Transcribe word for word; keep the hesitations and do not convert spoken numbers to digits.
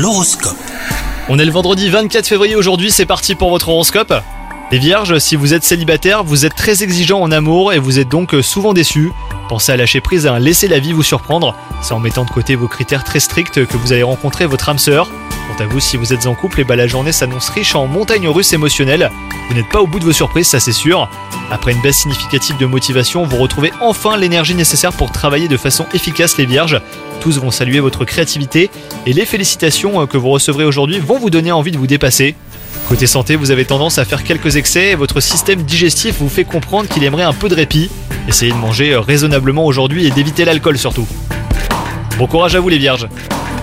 L'horoscope. On est le vendredi vingt-quatre février aujourd'hui, c'est parti pour votre horoscope. Les vierges, si vous êtes célibataire, vous êtes très exigeant en amour et vous êtes donc souvent déçu. Pensez à lâcher prise et à laisser la vie vous surprendre. C'est en mettant de côté vos critères très stricts que vous allez rencontrer votre âme sœur. Quant à vous, si vous êtes en couple, et bah la journée s'annonce riche en montagnes russes émotionnelles. Vous n'êtes pas au bout de vos surprises, ça c'est sûr. Après une baisse significative de motivation, vous retrouvez enfin l'énergie nécessaire pour travailler de façon efficace les vierges. Tous vont saluer votre créativité et les félicitations que vous recevrez aujourd'hui vont vous donner envie de vous dépasser. Côté santé, vous avez tendance à faire quelques excès et votre système digestif vous fait comprendre qu'il aimerait un peu de répit. Essayez de manger raisonnablement aujourd'hui et d'éviter l'alcool surtout. Bon courage à vous les vierges.